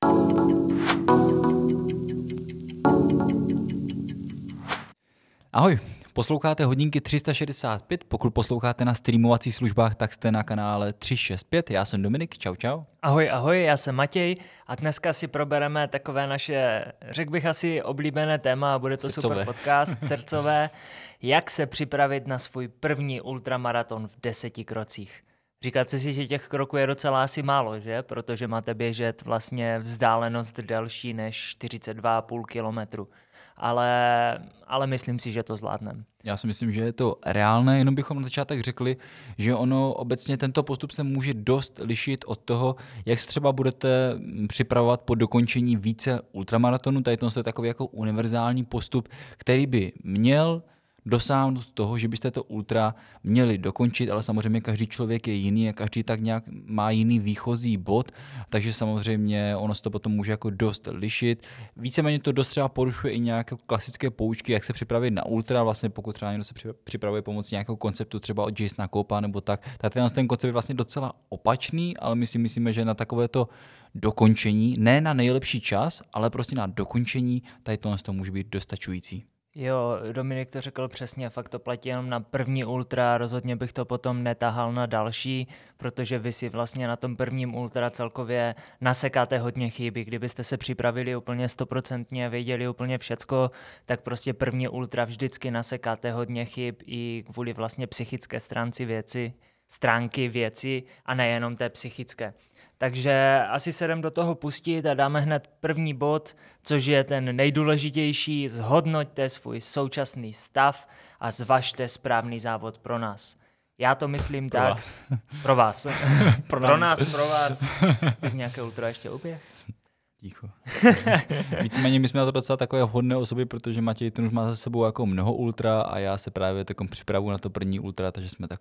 Ahoj, posloucháte Hodinky 365, pokud posloucháte na streamovacích službách, tak jste na kanále 365, já jsem Dominik, čau. Ahoj, já jsem Matěj a dneska si probereme takové naše, řekl bych asi oblíbené téma, bude to srdcové. Super podcast, srdcové, jak se připravit na svůj první ultramaraton v 10 krocích. Říkáte si, že těch kroků je docela asi málo, že? Protože máte běžet vlastně vzdálenost delší než 42,5 kilometru. Ale myslím si, že to zvládneme. Já si myslím, že je to reálné, jenom bychom na začátek řekli, že ono obecně tento postup se může dost lišit od toho, jak se třeba budete připravovat po dokončení více ultramaratonů. Tady to je takový jako univerzální postup, který by měl dosáhnout toho, že byste to ultra měli dokončit, ale samozřejmě každý člověk je jiný a každý tak nějak má jiný výchozí bod, takže samozřejmě ono se to potom může jako dost lišit. Víceméně to dost třeba porušuje i nějaké klasické poučky, jak se připravit na ultra, vlastně pokud třeba někdo se připravuje pomocí nějakého konceptu třeba od Jasona Copa nebo tak ten koncept je vlastně docela opačný, ale my si myslíme, že na takovéto dokončení, ne na nejlepší čas, ale prostě na dokončení, tady to může být dostačující. Jo, Dominik to řekl přesně, fakt to platí jenom na první ultra, rozhodně bych to potom netahal na další, protože vy si vlastně na tom prvním ultra celkově nasekáte hodně chyb. Kdybyste se připravili úplně 100%, věděli úplně všecko, tak prostě první ultra vždycky nasekáte hodně chyb i kvůli vlastně psychické stránky věci a nejenom té psychické. Takže asi se jdem do toho pustit a dáme hned první bod, což je ten nejdůležitější. Zhodnoťte svůj současný stav a zvažte správný závod pro nás. Já to myslím pro tak. Vás. Pro vás. Pro vás. Ty jsi nějaké ultra ještě uběh? Ticho. Víceméně my jsme na to docela takové vhodné osoby, protože Matěj ten už má za sebou jako mnoho ultra a já se právě takom připravuji na to první ultra, takže jsme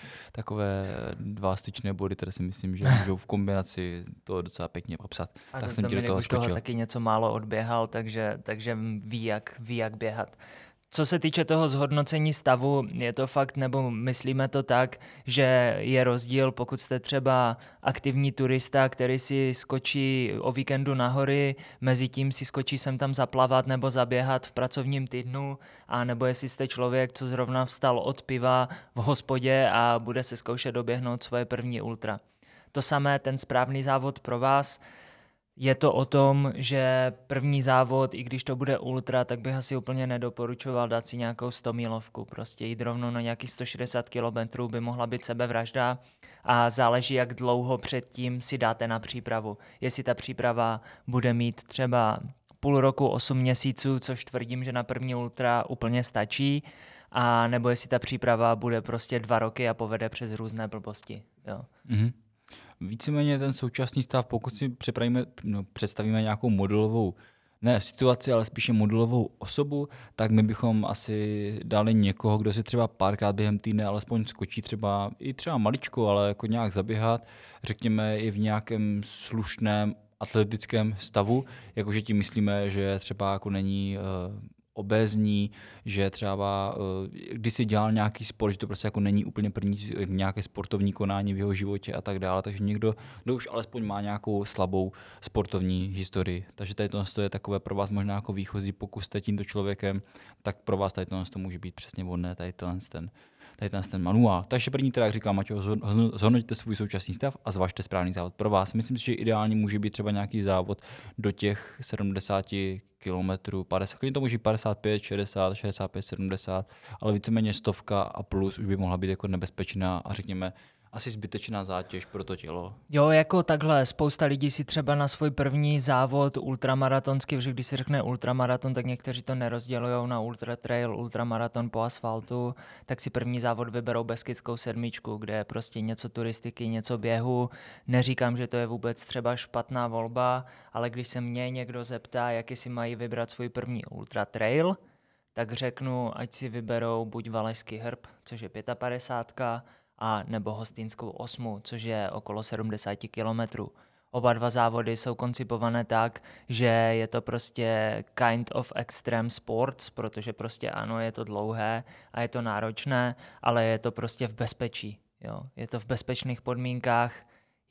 takové dva styčné body, které si myslím, že můžou v kombinaci to docela pěkně popsat. A tak jsem ti do toho skočil. Toho taky něco málo odběhal, takže ví, jak běhat. Co se týče toho zhodnocení stavu, je to fakt, nebo myslíme to tak, že je rozdíl, pokud jste třeba aktivní turista, který si skočí o víkendu na hory, mezi tím si skočí sem tam zaplavat nebo zaběhat v pracovním týdnu, a nebo jestli jste člověk, co zrovna vstal od piva v hospodě a bude se zkoušet doběhnout svoje první ultra. To samé, ten správný závod pro vás. Je to o tom, že první závod, i když to bude ultra, tak bych asi úplně nedoporučoval dát si nějakou 100milovku. Prostě jít rovnou na nějakých 160 km by mohla být sebevražda a záleží, jak dlouho předtím si dáte na přípravu. Jestli ta příprava bude mít třeba půl roku, 8 měsíců, což tvrdím, že na první ultra úplně stačí, a nebo jestli ta příprava bude prostě 2 roky a povede přes různé blbosti. Jo. Mm-hmm. Víceméně ten současný stav, pokud si představíme nějakou modelovou, ne situaci, ale spíše modelovou osobu, tak my bychom asi dali někoho, kdo si třeba párkrát během týdne alespoň skočí třeba maličko, ale jako nějak zaběhat, řekněme i v nějakém slušném atletickém stavu, jakože tím myslíme, že třeba jako není obézní, že třeba když si dělal nějaký sport, že to prostě jako není úplně první nějaké sportovní konání v jeho životě a tak dále, takže někdo, kdo už alespoň má nějakou slabou sportovní historii. Takže tady to je takové pro vás možná jako výchozí, pokud jste tímto člověkem, tak pro vás tady to může být přesně vhodné, tady ten manuál. Takže první teda, jak říkal Matěj, zhodnoťte svůj současný stav a zvažte správný závod pro vás. Myslím si, že ideálně může být třeba nějaký závod do těch 70 kilometrů, 50, klidně to může 55, 60, 65, 70, ale víceméně 100 a plus už by mohla být jako nebezpečná a řekněme asi zbytečná zátěž pro to tělo. Jo, jako takhle, spousta lidí si třeba na svůj první závod ultramaratonský, protože když se řekne ultramaraton, tak někteří to nerozdělujou na ultra trail, ultramaraton po asfaltu, tak si první závod vyberou Beskidskou 7, kde je prostě něco turistiky, něco běhu. Neříkám, že to je vůbec třeba špatná volba, ale když se mě někdo zeptá, jaký si mají vybrat svůj první ultra trail, tak řeknu, ať si vyberou buď Valašský hrb, což je 55, a nebo Hostýnskou 8, což je okolo 70 kilometrů. Oba dva závody jsou koncipované tak, že je to prostě kind of extreme sports, protože prostě ano, je to dlouhé a je to náročné, ale je to prostě v bezpečí. Jo. Je to v bezpečných podmínkách,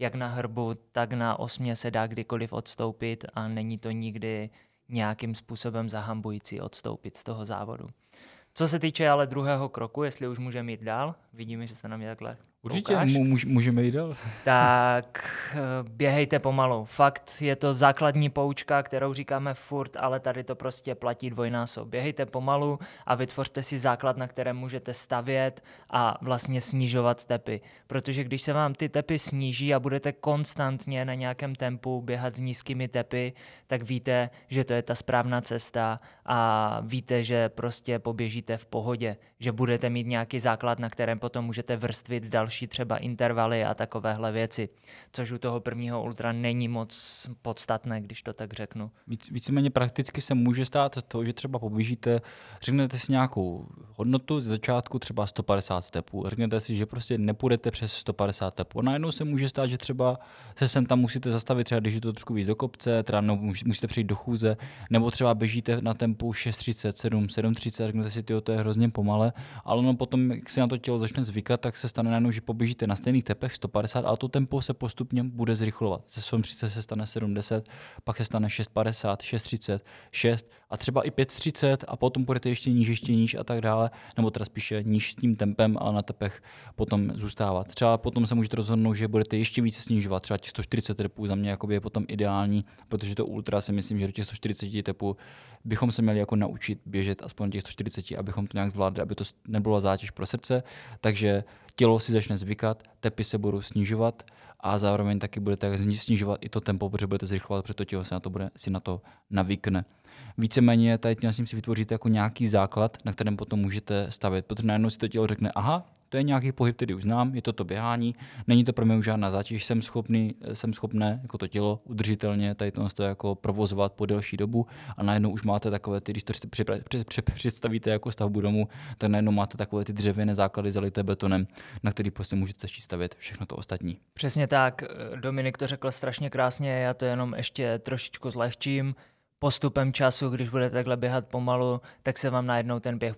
jak na hrbu, tak na osmě se dá kdykoliv odstoupit a není to nikdy nějakým způsobem zahambující odstoupit z toho závodu. Co se týče ale druhého kroku, jestli už můžeme jít dál, vidíme, že se na mě takhle Určitě, koukáš, můžeme jít dál. tak běhejte pomalu. Fakt je to základní poučka, kterou říkáme furt, ale tady to prostě platí dvojnásob. Běhejte pomalu a vytvořte si základ, na kterém můžete stavět a vlastně snižovat tepy. Protože když se vám ty tepy sníží a budete konstantně na nějakém tempu běhat s nízkými tepy, tak víte, že to je ta správná cesta a víte, že prostě poběžíte v pohodě, že budete mít nějaký základ, na kterém potom můžete vrstvit další třeba intervaly a takovéhle věci, což u toho prvního ultra není moc podstatné, když to tak řeknu. Víceméně prakticky se může stát to, že třeba poběžíte, řeknete si nějakou hodnotu z začátku třeba 150 tepů, řeknete si, že prostě nepůjdete přes 150 tepů. Najednou se může stát, že třeba se sem tam musíte zastavit, třeba když je to trošku víc do kopce, třeba musíte přijít do chůze, nebo třeba běžíte na tempu 6:30, 7:30, řeknete si, to je hrozně pomale, ale ono potom, jak se na to tělo začne zvykat, tak se stane najednou, že poběžíte na stejných tepech 150 a to tempo se postupně bude zrychlovat. Ze 7:30 se stane 7:10, pak se stane 6:50, 6:30, 6 a třeba i 5:30 a potom půjdete ještě níž a tak dále, nebo teda spíše níž s tím tempem, ale na tepech potom zůstávat. Třeba potom se můžete rozhodnout, že budete ještě více snižovat, třeba těch 140 tepů za mě jakoby je potom ideální, protože to ultra si myslím, že do těch 140 tepů bychom se měli jako naučit běžet aspoň těch 140, abychom to nějak zvládli, aby to nebyla zátěž pro srdce, takže tělo si začne zvykat, tepy se budou snižovat a zároveň taky budete snižovat i to tempo, protože budete zrychlovat, protože to tělo si na to navykne. Víceméně tady tím si vytvoříte jako nějaký základ, na kterém potom můžete stavět, protože najednou si to tělo řekne, aha, to je nějaký pohyb, který už znám, je to běhání, není to pro mě už žádná zátěž, jsem schopné jako to tělo udržitelně tady to jako provozovat po delší dobu a najednou už máte takové ty, když to představíte jako stavbu domu, tak najednou máte takové ty dřevěné základy zalité betonem, na který prostě můžete začít stavět všechno to ostatní. Přesně tak, Dominik to řekl strašně krásně, já to jenom ještě trošičku zlehčím. Postupem času, když budete takhle běhat pomalu, tak se vám najednou ten běh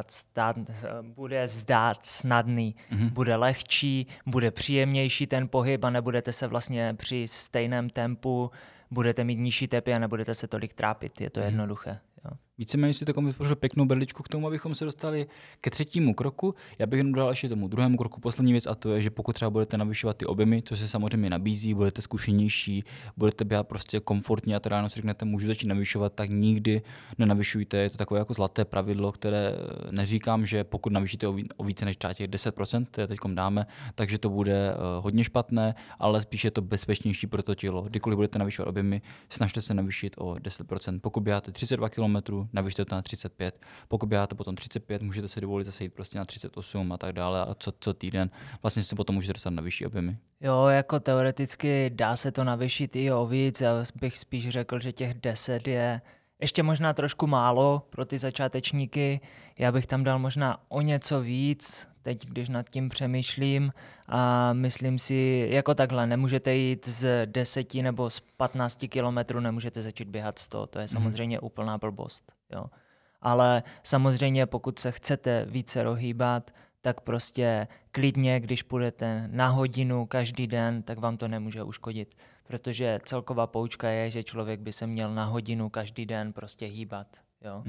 bude zdát snadný, bude lehčí, bude příjemnější ten pohyb a nebudete se vlastně při stejném tempu, budete mít nižší tepy a nebudete se tolik trápit, je to jednoduché. Jo. Víceméně si to vytvořil pěknou berličku k tomu, abychom se dostali ke třetímu kroku. Já bych jenom dodal ještě tomu druhému kroku poslední věc a to je, že pokud třeba budete navyšovat ty objemy, což se samozřejmě nabízí, budete zkušenější, budete běhat prostě komfortně a teda si řeknete, můžu začít navyšovat, tak nikdy nenavyšujte. Je to takové jako zlaté pravidlo, které neříkám, že pokud navýšíte o více než třeba těch 10%, které teďkom dáme, takže to bude hodně špatné, ale spíš je to bezpečnější pro to tělo. Kdykoliv budete navyšovat objemy, snažte se navýšit o 10%. Pokud běháte 32 km, navyšte to na 35. Pokud běháte potom 35, můžete se dovolit zase jít prostě na 38 a tak dále a co týden. Vlastně se potom můžete dostat na vyšší objemy. Jo, jako teoreticky dá se to navýšit i o víc. Já bych spíš řekl, že těch 10 je ještě možná trošku málo pro ty začátečníky. Já bych tam dal možná o něco víc, teď když nad tím přemýšlím a myslím si, jako takhle, nemůžete jít z 10 nebo z 15 kilometrů, nemůžete začít běhat 100, to je samozřejmě úplná blbost. Jo. Ale samozřejmě pokud se chcete více rohýbat, tak prostě klidně, když půjdete na hodinu každý den, tak vám to nemůže uškodit. Protože celková poučka je, že člověk by se měl na hodinu každý den prostě hýbat. Jo?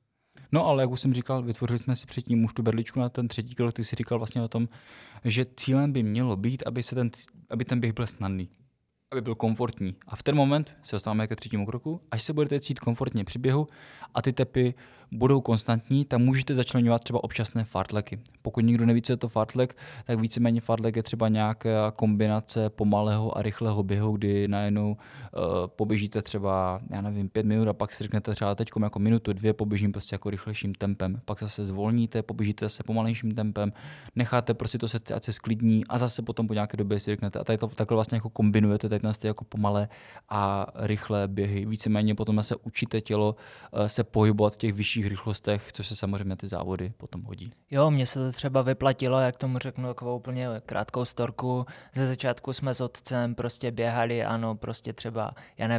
No ale jak už jsem říkal, vytvořili jsme si předtím už tu berličku na ten třetí krok, ty jsi říkal vlastně o tom, že cílem by mělo být, aby ten běh byl snadný, aby byl komfortní. A v ten moment se dostáváme ke třetímu kroku, až se budete cítit komfortně při běhu a ty tepy budou konstantní, tak můžete začleňovat třeba občasné fartleky. Pokud nikdo neví, co je to fartlek, tak víceméně fartlek je třeba nějaká kombinace pomalého a rychlého běhu, kdy najednou poběžíte třeba, 5 minut a pak si řeknete třeba teď jako minutu, 2 poběžím prostě jako rychlejším tempem. Pak zase zvolníte, poběžíte zase pomalejším tempem, necháte prostě to srdce, ať se sklidní a zase potom po nějaké době si řeknete a tady to takhle vlastně jako kombinujete, tady jako pomalé a rychlé běhy. Víceméně potom zase učíte tělo se pohybovat v těch vyšších rychlostech, což se samozřejmě na ty závody potom hodí. Jo, mně se to třeba vyplatilo, jak tomu řeknu, takovou úplně krátkou storku. Ze začátku jsme s otcem prostě běhali, ano, prostě třeba,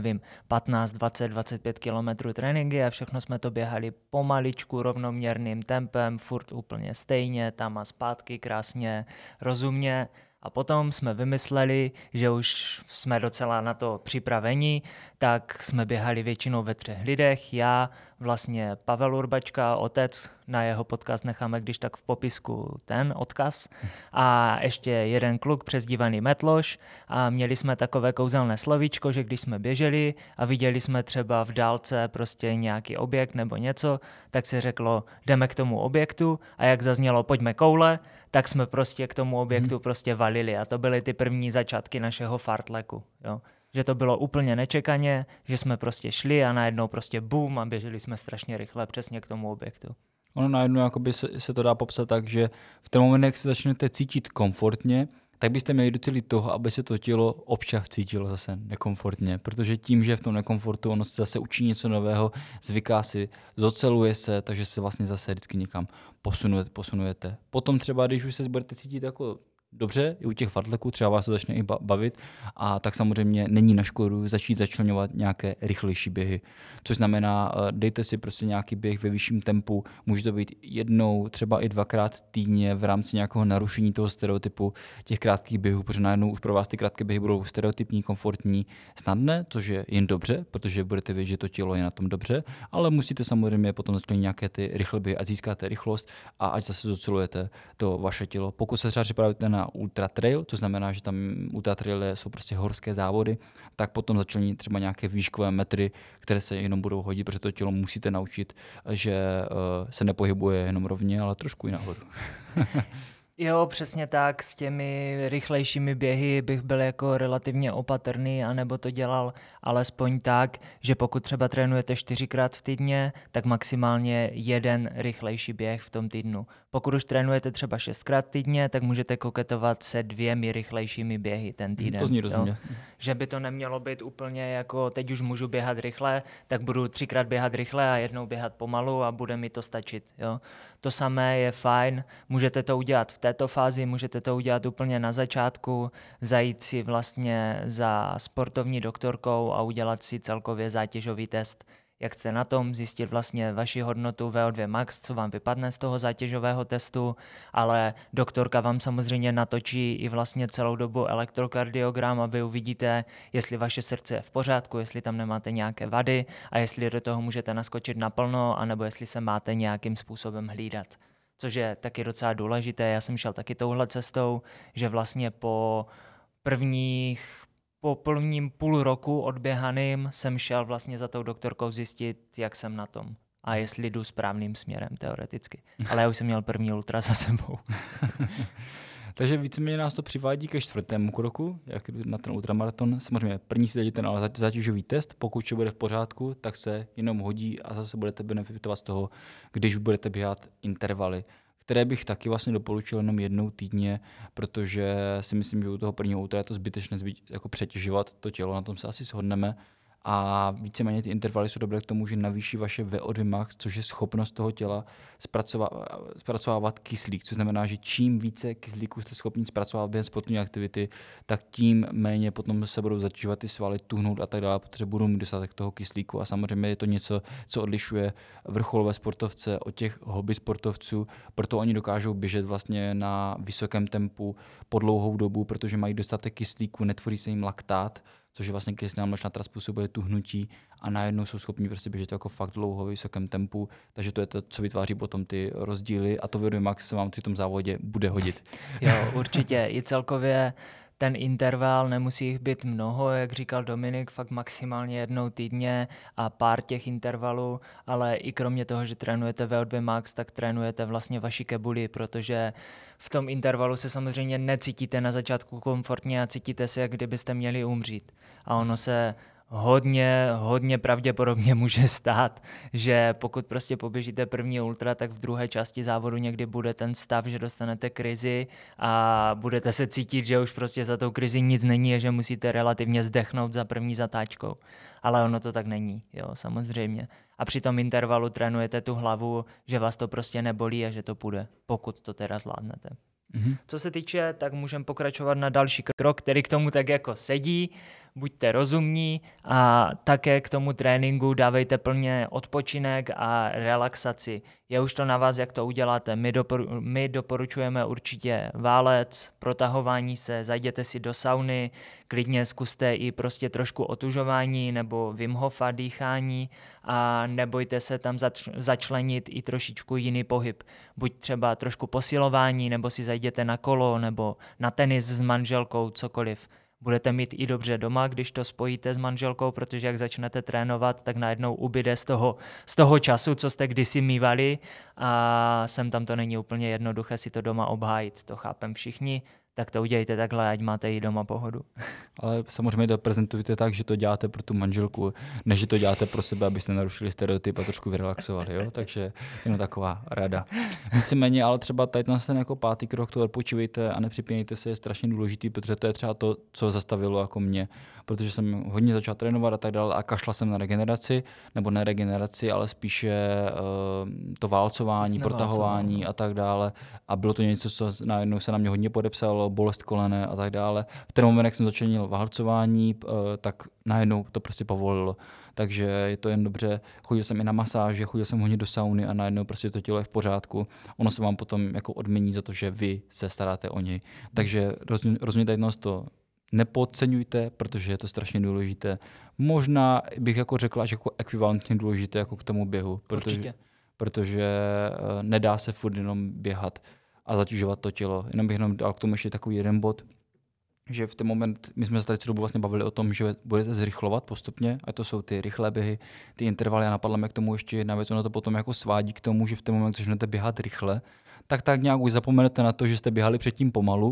15, 20, 25 kilometrů tréninky a všechno jsme to běhali pomaličku, rovnoměrným tempem, furt úplně stejně, tam a zpátky, krásně, rozumně. A potom jsme vymysleli, že už jsme docela na to připraveni, tak jsme běhali většinou ve 3 lidech. Já, vlastně Pavel Urbačka, otec, na jeho podcast necháme když tak v popisku ten odkaz. A ještě jeden kluk přezdívaný Metloš. A měli jsme takové kouzelné slovíčko, že když jsme běželi a viděli jsme třeba v dálce prostě nějaký objekt nebo něco, tak se řeklo, jdeme k tomu objektu a jak zaznělo, pojďme koule, tak jsme prostě k tomu objektu prostě valili a to byly ty první začátky našeho fartleku, jo. Že to bylo úplně nečekaně, že jsme prostě šli a najednou prostě boom a běželi jsme strašně rychle přesně k tomu objektu. Ono najednou jakoby se to dá popsat tak, že v ten moment, jak se začnete cítit komfortně, tak byste měli docílit toho, aby se to tělo občas cítilo zase nekomfortně, protože tím, že v tom nekomfortu ono se zase učí něco nového, zvyká si, zoceluje se, takže se vlastně zase vždycky někam posunujete. Potom třeba, když už se budete cítit jako dobře, i u těch fartleků, třeba vás to začne i bavit, a tak samozřejmě není na škodu začít začleňovat nějaké rychlejší běhy. Což znamená, dejte si prostě nějaký běh ve vyšším tempu, může to být jednou, třeba i 2krát týdně v rámci nějakého narušení toho stereotypu těch krátkých běhů, protože najednou už pro vás ty krátké běhy budou stereotypní, komfortní, snadné, což je jen dobře, protože budete vědět, že to tělo je na tom dobře, ale musíte samozřejmě potom začlenit nějaké ty rychlé běhy, ať získáte rychlost a ať zase zocelujete to vaše tělo. Pokud se třeba připravíte na ultra trail, což znamená, že tam ultra trail jsou prostě horské závody, tak potom začlení třeba nějaké výškové metry, které se jenom budou hodit, protože to tělo musíte naučit, že se nepohybuje jenom rovně, ale trošku i nahoru. Jo, přesně tak, s těmi rychlejšími běhy bych byl jako relativně opatrný, anebo to dělal alespoň tak, že pokud třeba trénujete 4krát v týdně, tak maximálně 1 rychlejší běh v tom týdnu. Pokud už trénujete třeba 6krát týdně, tak můžete koketovat se 2 rychlejšími běhy ten týden. To zní rozumně. Že by to nemělo být úplně jako teď už můžu běhat rychle, tak budu 3krát běhat rychle a jednou běhat pomalu a bude mi to stačit. Jo? To samé je fajn, můžete to udělat v této fázi, můžete to udělat úplně na začátku, zajít si vlastně za sportovní doktorkou a udělat si celkově zátěžový test. Jak jste na tom, zjistit vlastně vaši hodnotu VO2 max, co vám vypadne z toho zátěžového testu, ale doktorka vám samozřejmě natočí i vlastně celou dobu elektrokardiogram a vy uvidíte, jestli vaše srdce je v pořádku, jestli tam nemáte nějaké vady a jestli do toho můžete naskočit naplno, anebo jestli se máte nějakým způsobem hlídat. Což je taky docela důležité. Já jsem šel taky touhle cestou, že vlastně po prvním půl roku odběhaným jsem šel vlastně za tou doktorkou zjistit, jak jsem na tom a jestli jdu správným směrem teoreticky. Ale já už jsem měl první ultra za sebou. Takže víceméně nás to přivádí ke 4. kroku, jak na ten ultramaraton. Samozřejmě první si dejte ten ale zátěžový test, pokud vše bude v pořádku, tak se jenom hodí a zase budete benefitovat z toho, když budete běhat intervaly, které bych taky vlastně doporučil jenom 1 týdně, protože si myslím, že u toho prvního ultra je to zbytečné jako přetěžovat to tělo, na tom se asi shodneme. A víceméně ty intervaly jsou dobré k tomu, že navýší vaše VO2 max, což je schopnost toho těla zpracovávat kyslík, což znamená, že čím více kyslíku jste schopni zpracovat během sportovní aktivity, tak tím méně potom se budou zatěžovat ty svaly, tuhnout a tak dále, protože budou mít dostatek toho kyslíku. A samozřejmě je to něco, co odlišuje vrcholové sportovce od těch hobby sportovců, proto oni dokážou běžet vlastně na vysokém tempu po dlouhou dobu, protože mají dostatek kyslíku, netvoří se jim laktát, což je vlastně kyselina mléčná, která způsobuje tuhnutí a najednou jsou schopni prostě běžet jako fakt dlouho v vysokém tempu, takže to je to, co vytváří potom ty rozdíly a to VO2 max se vám v tom závodě bude hodit. Jo, určitě. I celkově ten interval nemusí jich být mnoho, jak říkal Dominik, fakt maximálně 1 týdně a pár těch intervalů, ale i kromě toho, že trénujete VO2 max, tak trénujete vlastně vaši kebuli, protože v tom intervalu se samozřejmě necítíte na začátku komfortně a cítíte se, jak kdybyste měli umřít. A ono se hodně pravděpodobně může stát, že pokud prostě poběžíte první ultra, tak v druhé části závodu někdy bude ten stav, že dostanete krizi a budete se cítit, že už prostě za tou krizi nic není a že musíte relativně zdechnout za první zatáčkou. Ale ono to tak není, jo, samozřejmě. A při tom intervalu trénujete tu hlavu, že vás to prostě nebolí a že to půjde, pokud to teda zvládnete. Co se týče, tak můžeme pokračovat na další krok, který k tomu tak jako sedí. buďte rozumní a také k tomu tréninku dávejte plně odpočinek a relaxaci. Je už to na vás, jak to uděláte. My doporučujeme určitě válec, protahování se, zajděte si do sauny, klidně zkuste i prostě trošku otužování nebo Wim Hofa dýchání a nebojte se tam začlenit i trošičku jiný pohyb. Buď třeba trošku posilování, nebo si zajděte na kolo, nebo na tenis s manželkou, cokoliv. Budete mít i dobře doma, když to spojíte s manželkou, protože jak začnete trénovat, tak najednou ubyde z toho času, co jste kdysi mívali a sem tam to není úplně jednoduché si to doma obhájit. To chápem všichni, tak to udějte takhle, ať máte i doma pohodu. Ale samozřejmě to prezentujte tak, že to děláte pro tu manželku, než že to děláte pro sebe, abyste narušili stereotyp a trošku vyrelaxovali, jo? Takže jenom taková rada. Víceméně, ale třeba tady ten jako 5. krok, to odpočívejte a nepřipínejte se, je strašně důležitý, protože to je třeba to, co zastavilo jako mě, protože jsem hodně začal trénovat a tak dále a kašlal jsem na regeneraci, nebo ne regeneraci, ale spíše to válcování, protahování a tak dále a bylo to něco, co najednou se na mě hodně podepsalo, bolest kolene a tak dále. V ten moment, jak jsem začal válcování, tak najednou to prostě povolilo. Takže je to jen dobře. Chodil jsem i na masáže, chodil jsem hodně do sauny a najednou prostě to tělo je v pořádku. Ono se vám potom jako odmění za to, že vy se staráte o něj. Takže rozhodně tady to nepodceňujte, protože je to strašně důležité. Možná bych jako řekla, že jako ekvivalentně důležité jako k tomu běhu. Protože nedá se furt jenom běhat a zatěžovat to tělo. Jenom bych dal k tomu ještě takový jeden bod, že v ten moment, my jsme se tady celou dobu vlastně bavili o tom, že budete zrychlovat postupně, a to jsou ty rychlé běhy, ty intervaly a napadla mě k tomu ještě jedna věc, ono to potom jako svádí k tomu, že v ten moment, když začnete běhat rychle, tak nějak už zapomenete na to, že jste běhali předtím pomalu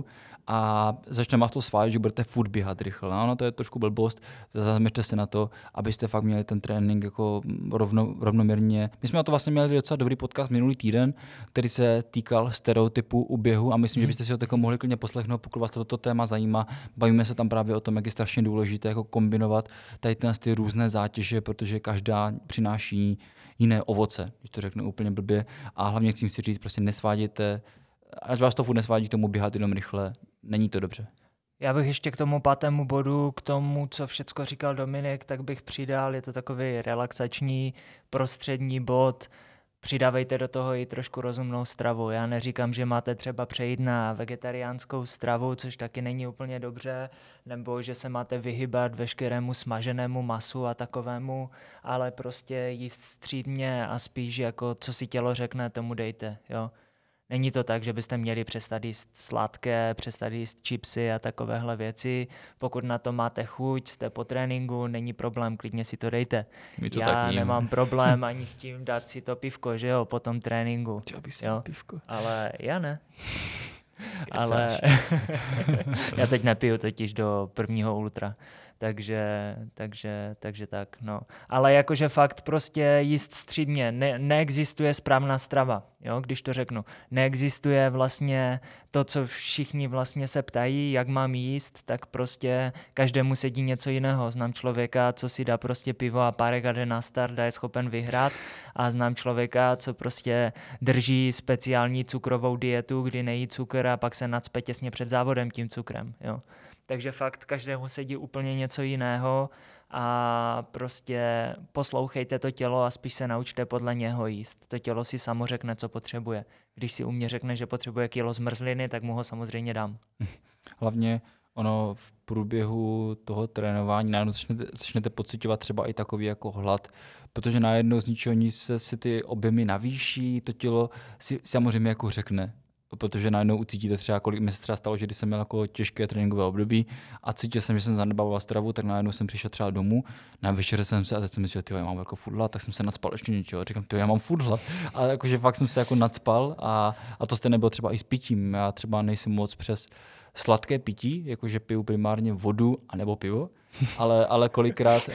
a začne vás to svádět, že budete furt běhat rychle. Ano, to je trošku blbost, zaměřte se na to, abyste fakt měli ten trénink jako rovnoměrně. My jsme na to vlastně měli docela dobrý podcast minulý týden, který se týkal stereotypů u běhu a myslím, že byste si ho tako mohli klidně poslechnout, pokud vás toto téma zajímá. Bavíme se tam právě o tom, jak je strašně důležité jako kombinovat tady ty různé zátěže, protože každá přináší jiné ovoce, když to řeknu úplně blbě. A hlavně chci říct, prostě nesváděte, ať vás to furt nesvádí k tomu běhat jenom rychle, není to dobře. Já bych ještě k tomu 5. bodu, k tomu, co všecko říkal Dominik, tak bych přidal, je to takový relaxační prostřední bod, přidávejte do toho i trošku rozumnou stravu. Já neříkám, že máte třeba přejít na vegetariánskou stravu, což taky není úplně dobře, nebo že se máte vyhybat veškerému smaženému masu a takovému, ale prostě jíst střídmě a spíš jako co si tělo řekne, tomu dejte, jo. Není to tak, že byste měli přestat jíst sladké, přestat jíst chipsy a takovéhle věci. Pokud na to máte chuť, jste po tréninku, není problém, klidně si to dejte. Já nemám problém ani s tím dát si to pivko, že jo, po tom tréninku. Jo? Pivko. Ale já ne. Ale já teď nepiju totiž do 1. ultra. Takže tak, no. Ale jakože fakt prostě jíst střídmě. Neexistuje správná strava, jo, když to řeknu. Neexistuje vlastně to, co všichni vlastně se ptají, jak mám jíst, tak prostě každému sedí něco jiného. Znám člověka, co si dá prostě pivo a párek a jde na start a je schopen vyhrát. A znám člověka, co prostě drží speciální cukrovou dietu, kdy nejí cukr a pak se nacpe těsně před závodem tím cukrem, jo. Takže fakt každému sedí úplně něco jiného a prostě poslouchejte to tělo a spíš se naučte podle něho jíst. To tělo si samo řekne, co potřebuje. Když si u mě řekne, že potřebuje kilo zmrzliny, tak mu ho samozřejmě dám. Hlavně ono v průběhu toho trénování najednou začnete pociťovat třeba i takový jako hlad, protože najednou z ničeho nic se ty objemy navýší, to tělo si samozřejmě jako řekne. Protože najednou ucítíte třeba, kolik mi se třeba stalo, že když jsem měl jako těžké tréninkové období a cítil jsem, že jsem zanedbával stravu, tak najednou jsem přišel třeba domů, na večeře jsem se a teď jsem myslel, že já mám jako furt hlad, tak jsem se nacpal ještě něčeho. Říkám, já mám furt hlad. A jakože fakt jsem se jako nacpal a to stejně bylo třeba i s pitím. Já třeba nejsem moc přes sladké pití, jakože piju primárně vodu anebo pivo, ale kolikrát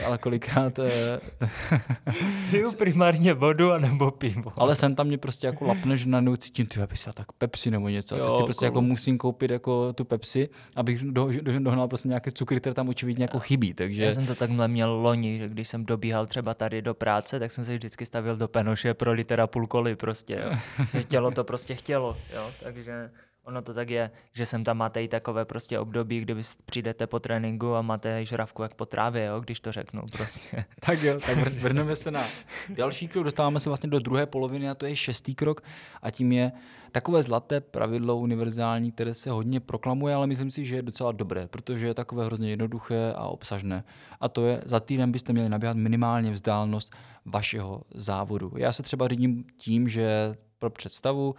piju primárně vodu anebo pivo. Ale sem tam mě prostě jako lapne, že najednou cítím, aby si tak Pepsi nebo něco. A teď si prostě jako musím koupit jako tu Pepsi, abych dohnal prostě nějaké cukry, které tam očividně jako chybí. Takže... Já jsem to takhle měl loni, že když jsem dobíhal třeba tady do práce, tak jsem se vždycky stavil do penoše pro 1,5 litru prostě, jo. Že tělo to prostě chtělo, jo, takže Ono to tak je, že sem tam máte i takové prostě období, kdy vy přijdete po tréninku a máte žravku jak po trávě, jo, když to řeknu prostě. Tak jo, tak vrhneme se na další krok, dostáváme se vlastně do druhé poloviny a to je 6. krok a tím je takové zlaté pravidlo univerzální, které se hodně proklamuje, ale myslím si, že je docela dobré, protože je takové hrozně jednoduché a obsažné. A to je, za týden byste měli naběhat minimálně vzdálenost vašeho závodu. Já se třeba řídím tím, že pro představu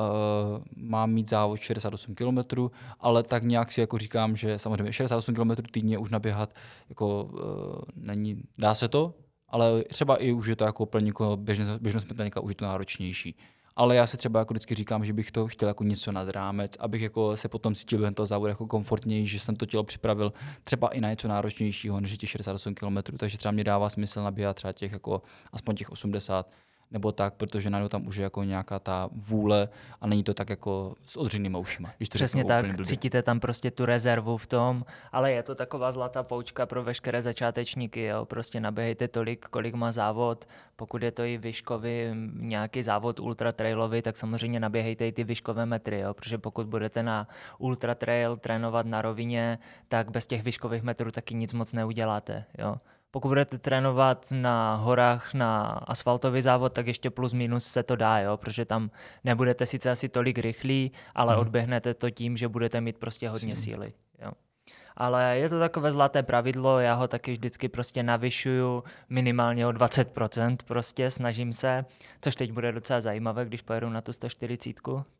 mám mít závod 68 km, ale tak nějak si jako říkám, že samozřejmě 68 km týdně už naběhat jako není, dá se to, ale třeba i už je to jako pro někoho běžného smrtelníka už je to náročnější. Ale já si třeba jako vždycky říkám, že bych to chtěl jako něco nad rámec, abych jako se potom cítil během toho závodu jako komfortněji, že jsem to tělo připravil třeba i na něco náročnějšího než těch 68 km, takže třeba mě dává smysl nabíhat třeba těch jako aspoň těch 80 nebo tak, protože najednou tam už je jako nějaká ta vůle a není to tak jako s odřenýma ušima. Přesně tak, cítíte tam prostě tu rezervu v tom, ale je to taková zlatá poučka pro veškeré začátečníky, jo? Prostě naběhejte tolik, kolik má závod, pokud je to i výškový nějaký závod ultratrailový, tak samozřejmě naběhejte i ty výškové metry, jo? Protože pokud budete na ultratrail trénovat na rovině, tak bez těch výškových metrů taky nic moc neuděláte, jo? Pokud budete trénovat na horách na asfaltový závod, tak ještě plus minus se to dá, jo? Protože tam nebudete sice asi tolik rychlí, ale odběhnete to tím, že budete mít prostě hodně síly. Jo? Ale je to takové zlaté pravidlo, já ho taky vždycky prostě navyšuju minimálně o 20%, prostě snažím se, což teď bude docela zajímavé, když pojedu na tu 140,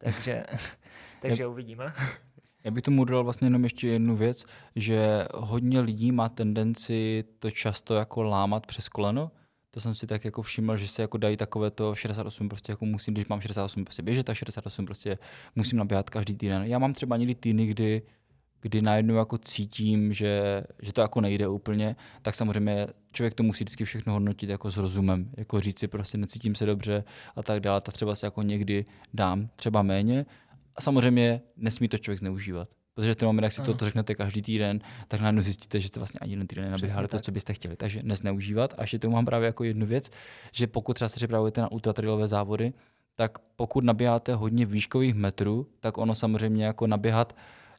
takže uvidíme. Já bych tomu dodal vlastně jenom ještě jednu věc, že hodně lidí má tendenci to často jako lámat přes koleno. To jsem si tak jako všiml, že se jako dají takové to 68 prostě jako musím, když mám 68 prostě běžet, tak 68 prostě musím naběhat každý týden. Já mám třeba někdy týdny, kdy najednou jako cítím, že to jako nejde úplně, tak samozřejmě člověk to musí vždycky všechno hodnotit jako s rozumem, jako říct si prostě necítím se dobře a tak dále, tak třeba se jako někdy dám třeba méně. A samozřejmě nesmí to člověk zneužívat. Protože ten moment, jak si to řeknete každý týden, tak najednou zjistíte, že jste vlastně ani jeden týden nenaběhali to, co byste chtěli. Takže nezneužívat. A ještě tomu mám právě jako jednu věc, že pokud třeba se připravujete na ultratrailové závody, tak pokud naběháte hodně výškových metrů, tak ono samozřejmě jako naběhat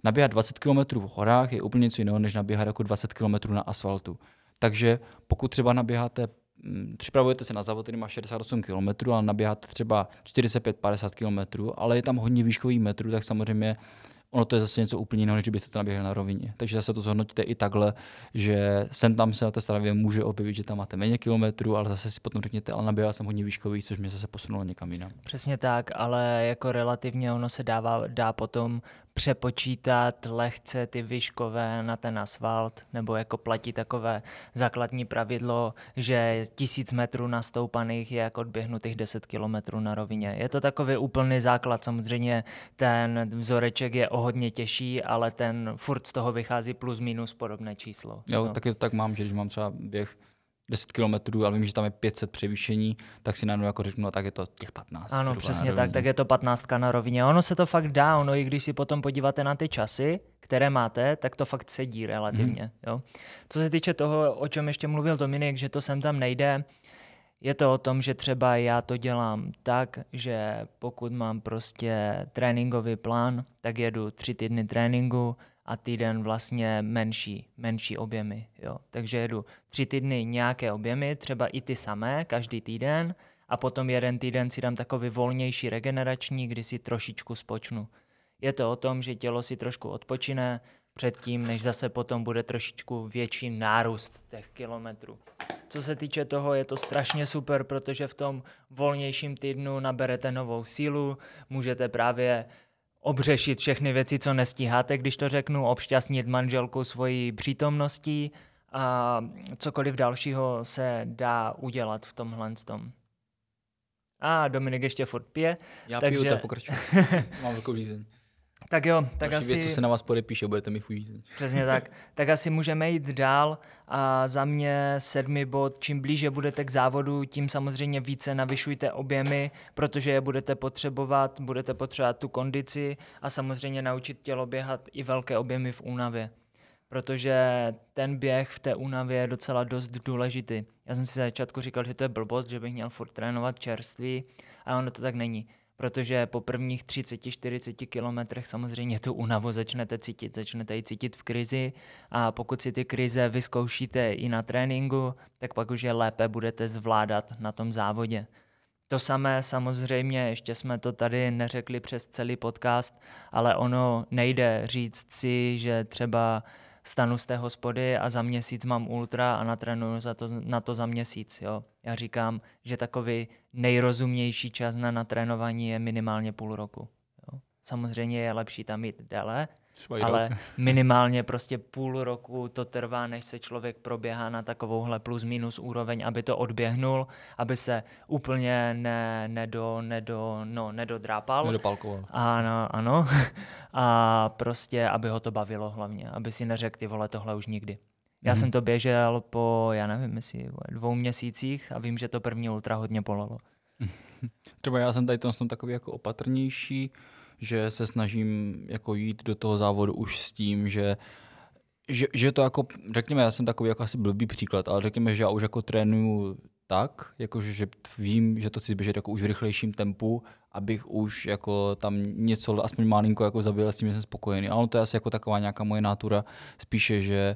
20 km v horách je úplně něco jiného, než naběhat jako 20 km na asfaltu. Takže pokud třeba připravujete se na závod, který má 68 km, ale naběháte třeba 45-50 km, ale je tam hodně výškových metrů, tak samozřejmě ono to je zase něco úplně jiného, než kdybyste to naběhli na rovině. Takže zase to zhodnotíte i takhle, že sem tam se na té stravě může objevit, že tam máte méně kilometrů, ale zase si potom řekněte, ale naběhal jsem hodně výškových, což mě zase posunulo někam jinam. Přesně tak, ale jako relativně ono se dá potom přepočítat lehce ty výškové na ten asfalt, nebo jako platí takové základní pravidlo, že 1000 metrů nastoupaných je jako odběhnutých 10 kilometrů na rovině. Je to takový úplný základ, samozřejmě ten vzoreček je o hodně těžší, ale ten furt z toho vychází plus minus podobné číslo. Jo, taky to tak mám, že když mám třeba běh 10 kilometrů, ale vím, že tam je 500 převýšení, tak si najednou jako řeknu, tak je to těch 15. Ano, přesně tak je to 15 na rovině. Ono se to fakt dá, ono i když si potom podíváte na ty časy, které máte, tak to fakt sedí relativně. Jo. Co se týče toho, o čem ještě mluvil Dominik, že to sem tam nejde, je to o tom, že třeba já to dělám tak, že pokud mám prostě tréninkový plán, tak jedu 3 týdny tréninku, a týden vlastně menší objemy. Jo. Takže jedu 3 týdny nějaké objemy, třeba i ty samé, každý týden, a potom jeden týden si dám takový volnější regenerační, kdy si trošičku spočnu. Je to o tom, že tělo si trošku odpočine předtím, než zase potom bude trošičku větší nárůst těch kilometrů. Co se týče toho, je to strašně super, protože v tom volnějším týdnu naberete novou sílu, můžete právě obřešit všechny věci, co nestíháte, když to řeknu, obšťastnit manželku svojí přítomností a cokoliv dalšího se dá udělat v tomhle tom. A Dominik ještě furt pije. Já piju, tak pokračuju. Mám velkou žízeň. Tak jo, tak asi... věc, co se na vás podepíše, budete mi žízeň. Přesně tak. Tak asi můžeme jít dál a za mě 7. bod, čím blíže budete k závodu, tím samozřejmě více navyšujte objemy, protože je budete potřebovat tu kondici a samozřejmě naučit tělo běhat i velké objemy v únavě. Protože ten běh v té únavě je docela dost důležitý. Já jsem si za začátku říkal, že to je blbost, že bych měl furt trénovat čerství, a ono to tak není. protože po prvních 30-40 kilometrech samozřejmě tu únavu začnete ji cítit v krizi a pokud si ty krize vyzkoušíte i na tréninku, tak pak už je lépe budete zvládat na tom závodě. To samé samozřejmě, ještě jsme to tady neřekli přes celý podcast, ale ono nejde říct si, že třeba stanu z té hospody a za měsíc mám ultra a natrénuju na to za měsíc. Jo. Já říkám, že takový nejrozumnější čas na natrénování je minimálně půl roku. Jo. Samozřejmě je lepší tam jít déle, ale minimálně prostě půl roku to trvá, než se člověk proběhá na takovouhle plus minus úroveň, aby to odběhnul, aby se úplně nedodrápal. Nedopalkoval. Ano. A prostě, aby ho to bavilo hlavně, aby si neřekl, ty vole, tohle už nikdy. Já jsem to běžel po, já nevím, jestli 2 měsících a vím, že to první ultra hodně bolelo. Třeba já jsem tady tom takový jako opatrnější, že se snažím jako jít do toho závodu už s tím, že to jako, řekněme, já jsem takový jako asi blbý příklad, ale řekněme, že já už jako trénuju tak, jakože že vím, že to chci běžet jako už v rychlejším tempu, abych už jako tam něco aspoň malinko jako zabil, s tím, že jsem spokojený. Ale to je asi jako taková nějaká moje natura, spíše, že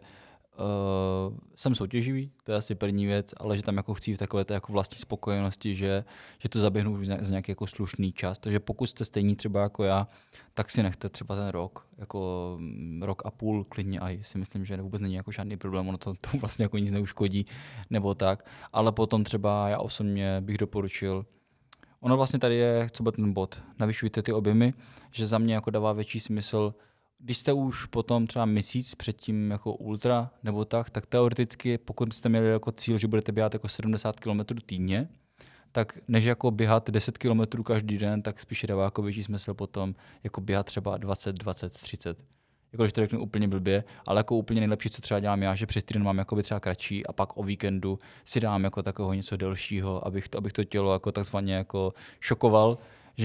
jsem soutěživý, to je asi první věc, ale že tam jako chci v takové té jako vlastní spokojenosti, že to zaběhnu už za nějaký jako slušný čas. Takže pokud jste stejní třeba jako já, tak si nechte třeba ten rok, jako rok a půl klidně a si myslím, že vůbec není jako žádný problém, ono to vlastně jako nic neuškodí nebo tak, ale potom třeba já osobně bych doporučil, ono vlastně tady je, co bude ten bod, navyšujte ty objemy, že za mě jako dává větší smysl. Když jste už potom třeba měsíc předtím jako ultra nebo tak teoreticky, pokud jste měli jako cíl, že budete běhat jako 70 km týdně, tak než jako běhat 10 km každý den, tak spíše dává jako větší smysl potom jako běhat třeba 20, 30. Jako když to řeknu úplně blbě, ale jako úplně nejlepší, co třeba dělám já, že přes týden mám jako třeba kratší a pak o víkendu si dám jako takového něco delšího, abych to tělo jako takzvaně jako šokoval.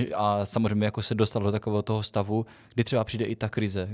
A samozřejmě jako se dostal do takového toho stavu, kdy třeba přijde i ta krize,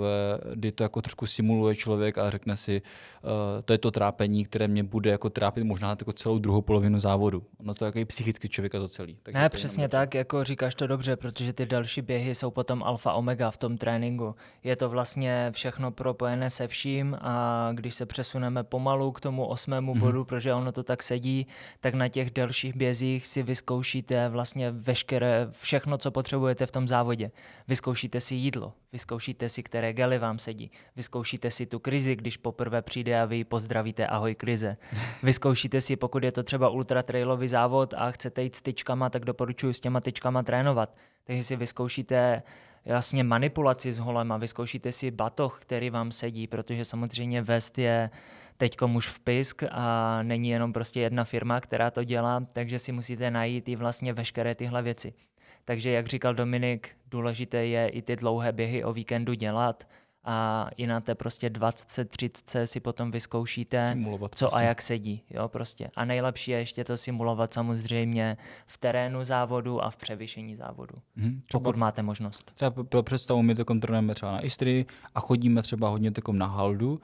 kdy to jako trošku simuluje člověk a řekne si, to je to trápení, které mě bude jako trápit možná jako celou druhou polovinu závodu. Ono to je jako psychicky člověka to celý. Takže ne, přesně tak, jako říkáš to dobře, protože ty další běhy jsou potom alfa omega v tom tréninku. Je to vlastně všechno propojené se vším a když se přesuneme pomalu k tomu 8. bodu, protože ono to tak sedí, tak na těch dalších bězích si vyzkoušíte vlastně všechno, co potřebujete v tom závodě. Vyzkoušíte si jídlo, vyzkoušíte si, které gely vám sedí, vyzkoušíte si tu krizi, když poprvé přijde a vy ji pozdravíte, ahoj krize. Vyzkoušíte si, pokud je to třeba ultratrailový závod a chcete jít s tyčkama, tak doporučuji s těma tyčkama trénovat. Takže si vyzkoušíte jasně manipulaci s holema, vyzkoušíte si batoh, který vám sedí, protože samozřejmě vest je teďkom už v pisk a není jenom prostě jedna firma, která to dělá, takže si musíte najít i vlastně veškeré tyhle věci. Takže jak říkal Dominik, důležité je i ty dlouhé běhy o víkendu dělat a i na té prostě 20-30 si potom vyzkoušíte, simulovat co prostě. A jak sedí. Jo, prostě. A nejlepší je ještě to simulovat samozřejmě v terénu závodu a v převyšení závodu, pokud máte možnost. Třeba pro představu my to kontrolujeme třeba na Istrii a chodíme třeba hodně takom na haldu,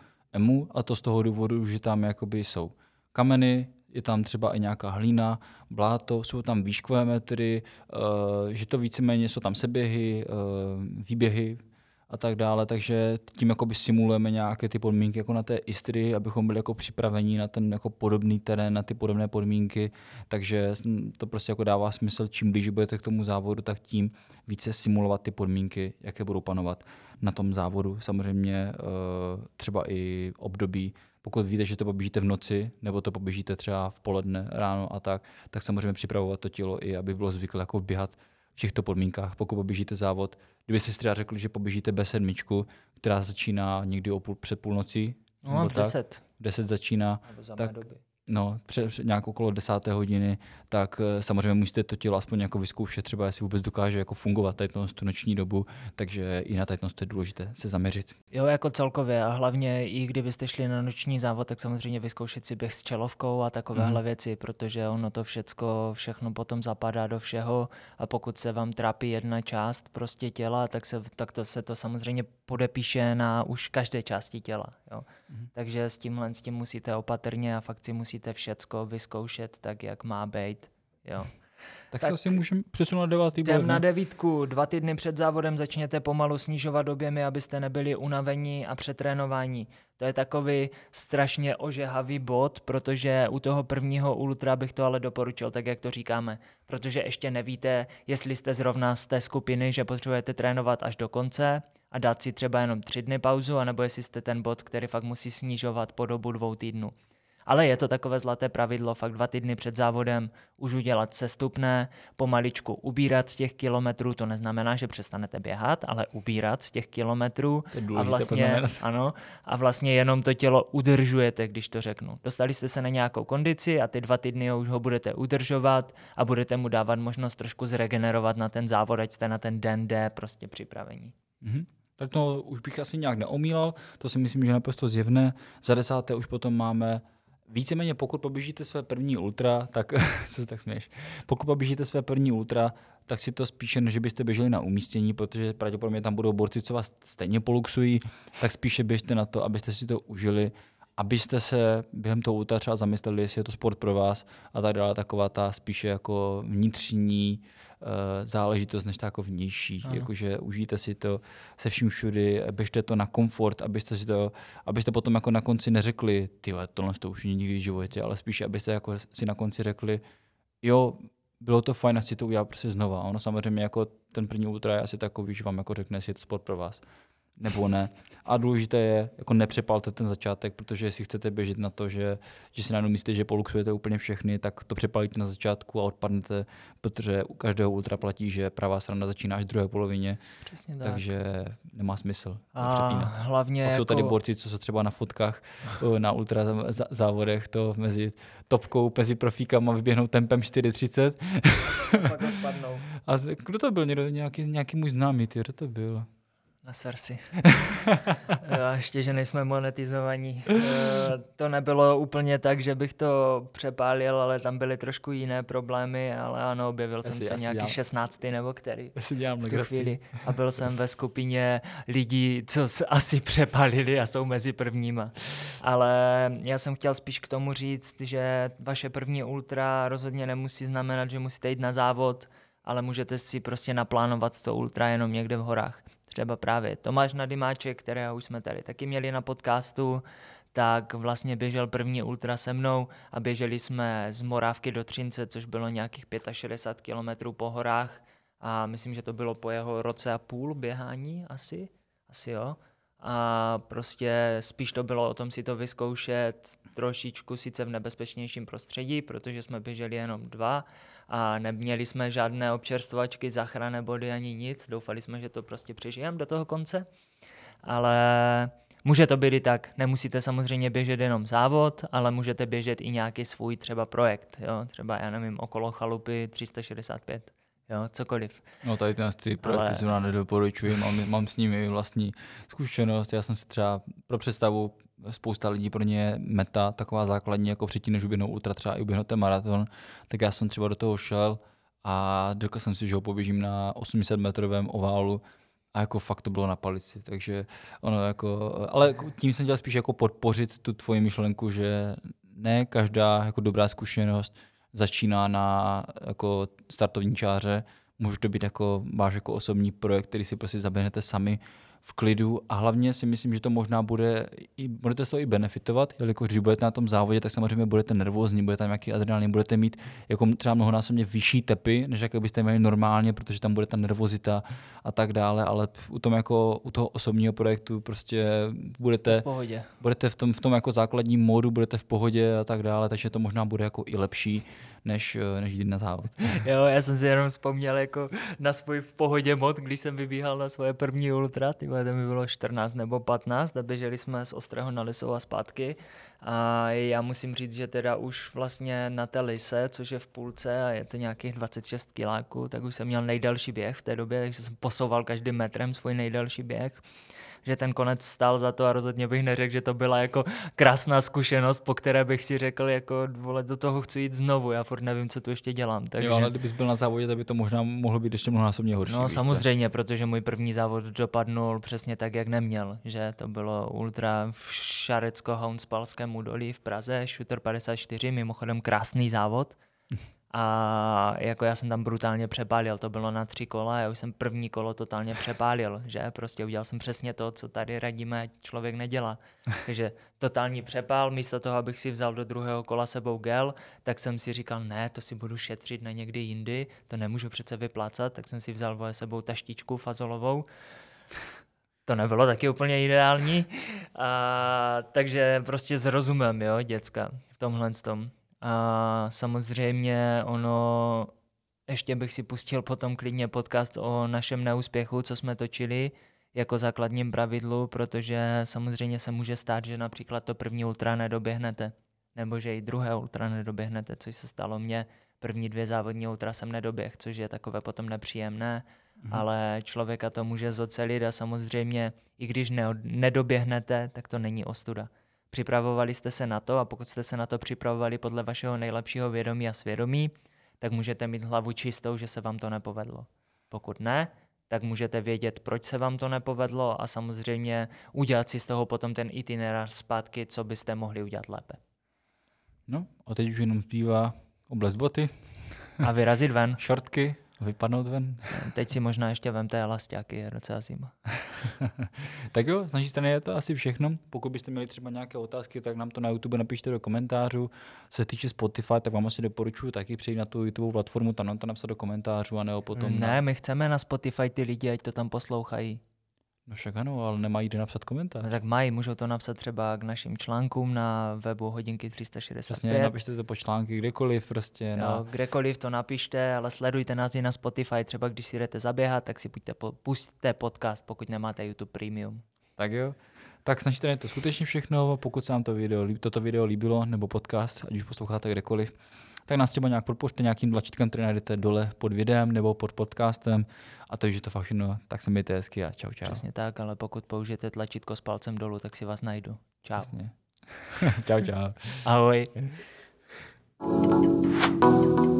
a to z toho důvodu, že tam jakoby jsou kameny, je tam třeba i nějaká hlína, bláto, jsou tam výškové metry, že to víceméně jsou tam seběhy, výběhy a tak dále, takže tím jakoby simulujeme nějaké ty podmínky jako na té Istrii, abychom byli jako připraveni na ten jako podobný terén, na ty podobné podmínky, takže to prostě jako dává smysl, čím blíž budete k tomu závodu, tak tím více simulovat ty podmínky, jaké budou panovat na tom závodu. Samozřejmě třeba i období, pokud víte, že to poběžíte v noci, nebo to poběžíte třeba v poledne, ráno a tak samozřejmě připravovat to tělo i, aby bylo zvyklé jako běhat v těchto podmínkách, pokud poběžíte závod. Kdybyste si třeba řekli, že poběžíte B7, která začíná někdy před půlnocí, no, v 10. 10 začíná, tak nějak okolo 10. hodiny, tak samozřejmě musíte to tělo aspoň jako vyzkoušet, třeba jestli vůbec dokáže jako fungovat tady tu noční dobu, takže i na tady to je důležité se zaměřit. Jo, jako celkově a hlavně i kdybyste šli na noční závod, tak samozřejmě vyzkoušet si běh s čelovkou a takovéhle věci, protože ono to všechno potom zapadá do všeho a pokud se vám trápí jedna část prostě těla, tak se to samozřejmě podepíše na už každé části těla. Jo. Takže s tím musíte opatrně a fakt si musíte všecko vyzkoušet tak, jak má být. Jo. Tak se asi můžeme přesunout na 9. bod. Jdem na 9. 2 týdny před závodem začněte pomalu snižovat objemy, abyste nebyli unavení a přetrénovaní. To je takový strašně ožehavý bod, protože u toho prvního ultra bych to ale doporučil, tak jak to říkáme. Protože ještě nevíte, jestli jste zrovna z té skupiny, že potřebujete trénovat až do konce a dát si třeba jenom 3 dny pauzu, anebo jestli jste ten bod, který fakt musí snižovat po dobu 2 týdnů. Ale je to takové zlaté pravidlo, fakt 2 týdny před závodem už udělat sestupné, pomaličku ubírat z těch kilometrů, to neznamená, že přestanete běhat, ale ubírat z těch kilometrů a vlastně jenom to tělo udržujete, když to řeknu. Dostali jste se na nějakou kondici a ty 2 týdny už ho budete udržovat a budete mu dávat možnost trošku zregenerovat na ten závod, ať jste na ten den D prostě připravení. Mhm. Tak to už bych asi nějak neomílal, to si myslím, že naprosto zjevné. Za 10. už potom máme víceméně, pokud poběžíte své první ultra, tak co se tak směješ? Pokud poběžíte své první ultra, tak si to spíše, než byste běželi na umístění, protože pravděpodobně tam budou borci, co vás stejně poluxují, tak spíše běžte na to, abyste si to užili, abyste se během toho ultra třeba zamysleli, jestli je to sport pro vás a tak dále, taková ta spíše jako vnitřní záležitost, než ta jako vnější. Jakože užijte si to se vším všudy, běžte to na komfort, abyste potom jako na konci neřekli, tyhle, tohle to už nikdy v životě, ale spíše, abyste jako si na konci řekli, jo, bylo to fajn a chci to udělat prostě znova. Ono samozřejmě jako ten první ultra je asi takový, že vám jako řekne, jestli je to sport pro vás nebo ne. A důležité je, jako nepřepalte ten začátek, protože jestli chcete běžet na to, že si najednou myslíte, že poluxujete úplně všechny, tak to přepálíte na začátku a odpadnete, protože u každého ultra platí, že pravá strana začíná až v druhé polovině. Přesně tak. Takže nemá smysl přepínat. Hlavně pak jako... jsou tady borci, co jsou třeba na fotkách na ultra závodech, to mezi topkou, mezi profíkama vyběhnou tempem 4:30. Pak odpadnou. A kdo to byl? Nějaký můj známý, kdo to byl? Na Sarsi. A ještě, že nejsme monetizovaní. To nebylo úplně tak, že bych to přepálil, ale tam byly trošku jiné problémy, ale ano, objevil jsem se nějaký 16. nebo který v tu chvíli. A byl jsem ve skupině lidí, co asi přepálili a jsou mezi prvníma. Ale já jsem chtěl spíš k tomu říct, že vaše první ultra rozhodně nemusí znamenat, že musíte jít na závod, ale můžete si prostě naplánovat to ultra jenom někde v horách. Třeba právě Tomáš Nadymáček, kterého už jsme tady taky měli na podcastu, tak vlastně běžel první ultra se mnou a běželi jsme z Morávky do Třince, což bylo nějakých 65 kilometrů po horách a myslím, že to bylo po jeho roce a půl běhání asi jo. A prostě spíš to bylo o tom si to vyzkoušet trošičku sice v nebezpečnějším prostředí, protože jsme běželi jenom 2 a neměli jsme žádné občerstvačky, záchranné body ani nic. Doufali jsme, že to prostě přežijeme do toho konce. Ale může to být i tak. Nemusíte samozřejmě běžet jenom závod, ale můžete běžet i nějaký svůj třeba projekt. Jo? Třeba, já nevím, okolo chalupy 365. Jo, cokoliv. No tady ty projekty zrovna nedoporučuji, mám s nimi vlastní zkušenost. Já jsem si třeba pro představu, spousta lidí pro ně meta, taková základní, jako předtím, než uběhnou ultra, třeba i uběhnou ten maraton, tak já jsem třeba do toho šel a řekl jsem si, že ho poběžím na 800 metrovém oválu a jako fakt to bylo na palici, takže ono jako, ale tím jsem chtěl spíš jako podpořit tu tvoji myšlenku, že ne každá jako dobrá zkušenost začíná na jako startovní čáře. Může to být jako váš jako osobní projekt, který si prostě zaběhnete sami v klidu a hlavně si myslím, že to možná budete z toho i benefitovat, jelikož když budete na tom závodě, tak samozřejmě budete nervózní, budete tam nějaký adrenalin, budete mít jako třeba mnohonásobně vyšší tepy, než jak byste měli normálně, protože tam bude ta nervozita a tak dále, ale u toho osobního projektu prostě budete v tom jako základním módu, budete v pohodě a tak dále, takže to možná bude jako i lepší, než jít na závod. Jo, já jsem si jenom vzpomněl jako na svůj v pohodě mod, když jsem vybíhal na svoje první ultra, to mi bylo 14 nebo 15 a běželi jsme z Ostrého na Lisou a zpátky a já musím říct, že teda už vlastně na té Lise, což je v půlce a je to nějakých 26 kiláků, tak už jsem měl nejdelší běh v té době, takže jsem posouval každým metrem svůj nejdelší běh, že ten konec stál za to a rozhodně bych neřekl, že to byla jako krásná zkušenost, po které bych si řekl, jako vole, do toho chci jít znovu, já furt nevím, co tu ještě dělám. Takže... Jo, ale kdybys byl na závodě, tak by to možná mohlo být ještě mnohonásobně horší. No samozřejmě, protože můj první závod dopadnul přesně tak, jak neměl, že to bylo ultra v Šarecko-Hounspalském údolí v Praze, Shooter 54, mimochodem krásný závod. A jako já jsem tam brutálně přepálil, to bylo na 3 kola, já už jsem první kolo totálně přepálil, že prostě udělal jsem přesně to, co tady radíme, člověk nedělá. Takže totální přepál, místo toho, abych si vzal do druhého kola sebou gel, tak jsem si říkal, ne, to si budu šetřit na někdy jindy, to nemůžu přece vyplácat, tak jsem si vzal sebou taštičku fazolovou. To nebylo taky úplně ideální, takže prostě s rozumem, jo, děcka, v tomhle tom. A samozřejmě ono, ještě bych si pustil potom klidně podcast o našem neúspěchu, co jsme točili jako základním pravidlu, protože samozřejmě se může stát, že například to první ultra nedoběhnete, nebo že i druhé ultra nedoběhnete, což se stalo mně. První 2 závodní ultra jsem nedoběhl, což je takové potom nepříjemné, ale člověka to může zocelit a samozřejmě, i když nedoběhnete, tak to není ostuda. Připravovali jste se na to a pokud jste se na to připravovali podle vašeho nejlepšího vědomí a svědomí, tak můžete mít hlavu čistou, že se vám to nepovedlo. Pokud ne, tak můžete vědět, proč se vám to nepovedlo a samozřejmě udělat si z toho potom ten itinerář zpátky, co byste mohli udělat lépe. No a teď už jenom zbývá oblez boty. A vyrazit ven. Šortky, vypadnout ven. Teď si možná ještě vemte elasťáky, je docela zima. Tak jo, z naší strany je to asi všechno. Pokud byste měli třeba nějaké otázky, tak nám to na YouTube napište do komentářů. Co se týče Spotify, tak vám asi doporučuji taky přijít na tu YouTube platformu, tam nám to napsat do komentářů, anebo potom... Ne, my chceme na Spotify ty lidi, ať to tam poslouchají. No však ano, ale nemají kde napsat komentář. No tak mají, můžou to napsat třeba k našim článkům na webu Hodinky 365. Přesně, napište to po články kdekoliv prostě. No, kdekoliv to napište, ale sledujte nás i na Spotify, třeba když si jdete zaběhat, tak si pusťte podcast, pokud nemáte YouTube Premium. Tak jo. Tak snažte je to skutečně všechno, pokud se vám toto video líbilo, nebo podcast, ať už posloucháte kdekoliv, tak nás třeba nějak podpořte nějakým tlačítkem, který najdete dole pod videem nebo pod podcastem. A to, že to fakt všechno, tak se mějte hezky a čau, čau. Přesně tak, ale pokud použijete tlačítko s palcem dolů, tak si vás najdu. Čau. Přesně. Čau, čau. Ahoj.